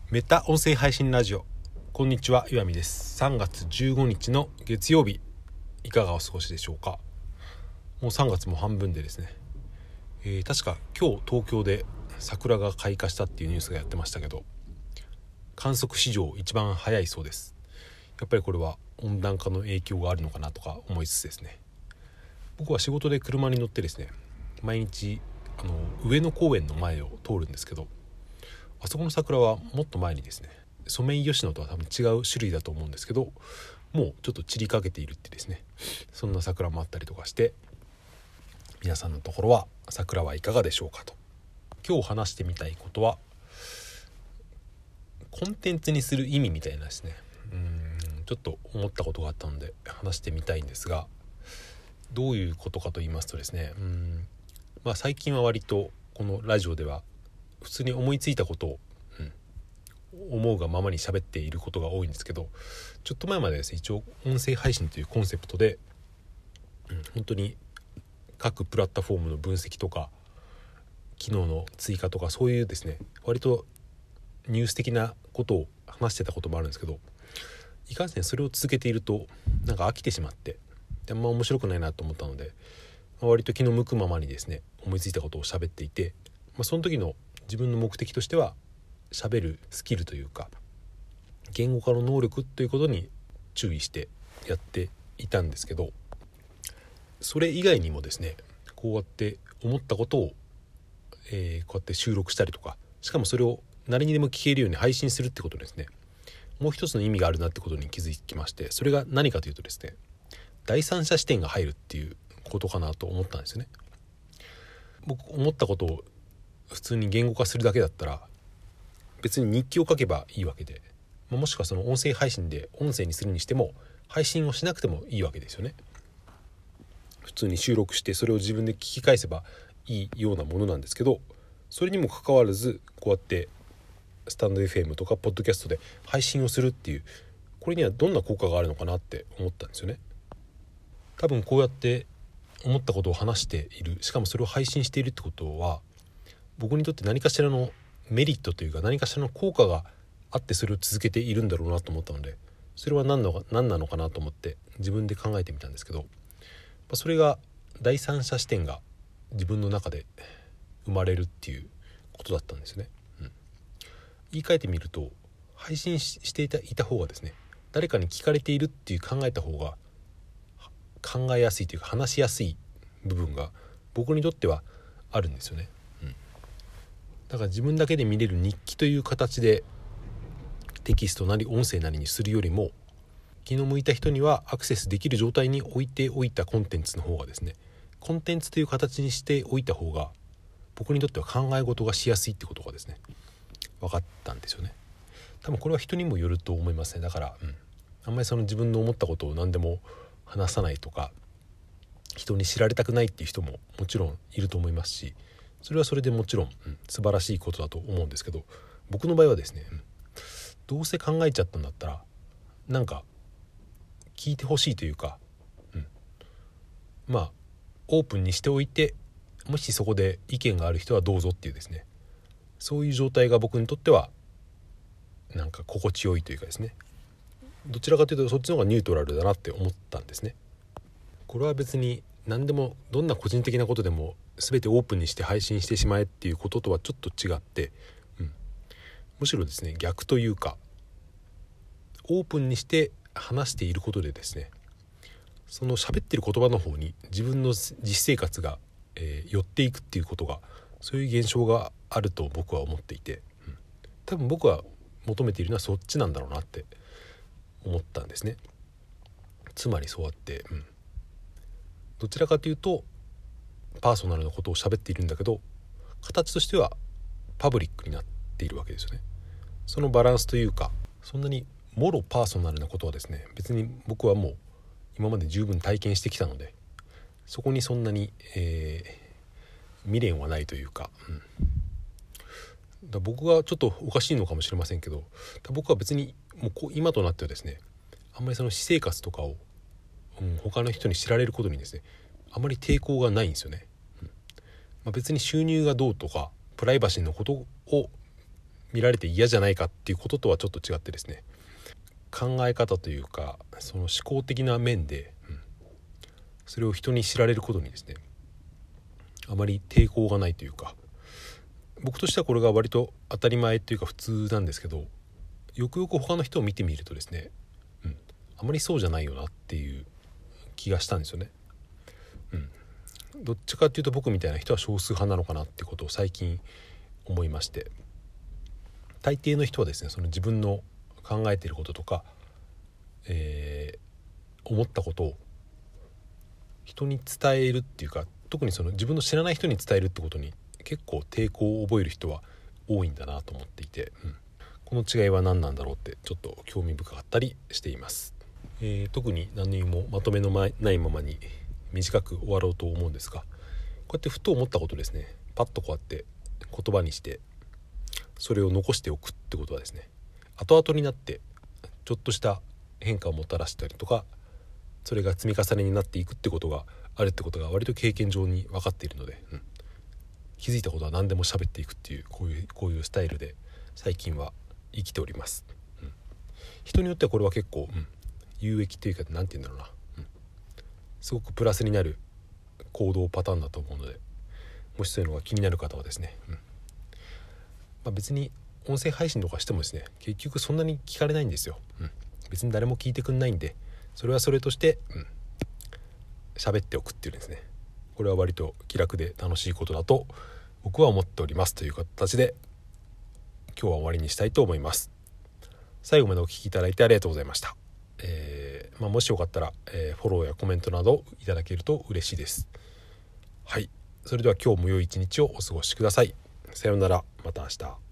メタ音声配信ラジオ、こんにちは、岩見です。3月15日の月曜日、いかがお過ごしでしょうか。もう3月も半分でですね、確か今日東京で桜が開花したっていうニュースがやってましたけど、観測史上一番早いそうです。やっぱりこれは温暖化の影響があるのかなとか思いつつですね、僕は仕事で車に乗ってですね、毎日上野公園の前を通るんですけど、あそこの桜はもっと前にですね、ソメイヨシノとは多分違う種類だと思うんですけど、もうちょっと散りかけているってですね、そんな桜もあったりとかして、皆さんのところは桜はいかがでしょうかと。今日話してみたいことはコンテンツにする意味みたいなですね、ちょっと思ったことがあったので話してみたいんですが、どういうことかと言いますとですね、最近は割とこのラジオでは普通に思いついたことを、思うがままに喋っていることが多いんですけど、ちょっと前までですね、一応音声配信というコンセプトで、本当に各プラットフォームの分析とか機能の追加とか、そういうですね、割とニュース的なことを話してたこともあるんですけど、いかんせんそれを続けているとなんか飽きてしまって、あんま面白くないなと思ったので、割と気の向くままにですね、思いついたことを喋っていて、その時の自分の目的としては喋るスキルというか言語化の能力ということに注意してやっていたんですけど、それ以外にもですね、こうやって思ったことを、こうやって収録したりとか、しかもそれを誰にでも聞けるように配信するってことですね、もう一つの意味があるなってことに気づきまして、それが何かというとですね、第三者視点が入るっていうことかなと思ったんですよね。僕思ったことを普通に言語化するだけだったら別に日記を書けばいいわけで、もしくはその音声配信で音声にするにしても配信をしなくてもいいわけですよね。普通に収録してそれを自分で聞き返せばいいようなものなんですけど、それにもかかわらずこうやってスタンド FM とかポッドキャストで配信をするっていう、これにはどんな効果があるのかなって思ったんですよね。多分こうやって思ったことを話している、しかもそれを配信しているってことは、僕にとって何かしらのメリットというか何かしらの効果があってそれを続けているんだろうなと思ったので、それは何なのかなと思って自分で考えてみたんですけど、それが第三者視点が自分の中で生まれるっていうことだったんですね。言い換えてみると、配信していた方がですね、誰かに聞かれているっていう考えた方が考えやすいというか話しやすい部分が僕にとってはあるんですよね。だから自分だけで見れる日記という形でテキストなり音声なりにするよりも、気の向いた人にはアクセスできる状態に置いておいたコンテンツの方がですね、コンテンツという形にしておいた方が僕にとっては考え事がしやすいってことがですね、分かったんですよね。多分これは人にもよると思いますね。だから、あんまりその自分の思ったことを何でも話さないとか、人に知られたくないっていう人ももちろんいると思いますし、それはそれでもちろん、素晴らしいことだと思うんですけど、僕の場合はですね、どうせ考えちゃったんだったらなんか聞いてほしいというか、オープンにしておいて、もしそこで意見がある人はどうぞっていうですね、そういう状態が僕にとってはなんか心地よいというかですね、どちらかというとそっちの方がニュートラルだなって思ったんですね。これは別に何でも、どんな個人的なことでも全てオープンにして配信してしまえっていうこととはちょっと違って、むしろですね、逆というか、オープンにして話していることでですね、その喋ってる言葉の方に自分の実生活が、寄っていくっていうことが、そういう現象があると僕は思っていて、多分僕は求めているのはそっちなんだろうなって思ったんですね。つまりそうやって、どちらかというとパーソナルなことを喋っているんだけど、形としてはパブリックになっているわけですよね。そのバランスというか、そんなにもろパーソナルなことはですね、別に僕はもう今まで十分体験してきたので、そこにそんなに、未練はないというか、だ僕がちょっとおかしいのかもしれませんけど、僕は別にもう今となってはですね、あんまりその私生活とかを、他の人に知られることにですね、あまり抵抗がないんですよね。別に収入がどうとかプライバシーのことを見られて嫌じゃないかっていうこととはちょっと違ってですね、考え方というかその思考的な面で、それを人に知られることにですねあまり抵抗がないというか、僕としてはこれが割と当たり前というか普通なんですけど、よくよく他の人を見てみるとですね、あまりそうじゃないよなっていう気がしたんですよね。どっちかっていうと僕みたいな人は少数派なのかなってことを最近思いまして、大抵の人はですねその自分の考えていることとか、思ったことを人に伝えるっていうか、特にその自分の知らない人に伝えるってことに結構抵抗を覚える人は多いんだなと思っていて、この違いは何なんだろうってちょっと興味深かったりしています。特に何もまとめのないままに短く終わろうと思うんですが、こうやってふと思ったことですねパッとこうやって言葉にしてそれを残しておくってことはですね、後々になってちょっとした変化をもたらしたりとか、それが積み重ねになっていくってことがあるってことが割と経験上に分かっているので、気づいたことは何でも喋っていくっていうこういうスタイルで最近は生きております。人によってはこれは結構、有益というか何て言うんだろうな、すごくプラスになる行動パターンだと思うので、もしそういうのが気になる方はですね、別に音声配信とかしてもですね結局そんなに聞かれないんですよ。別に誰も聞いてくんないんで、それはそれとして喋っておくっていうですね、これは割と気楽で楽しいことだと僕は思っておりますという形で今日は終わりにしたいと思います。最後までお聞きいただいてありがとうございました。もしよかったら、フォローやコメントなどいただけると嬉しいです。はい、それでは今日も良い一日をお過ごしください。さようなら、また明日。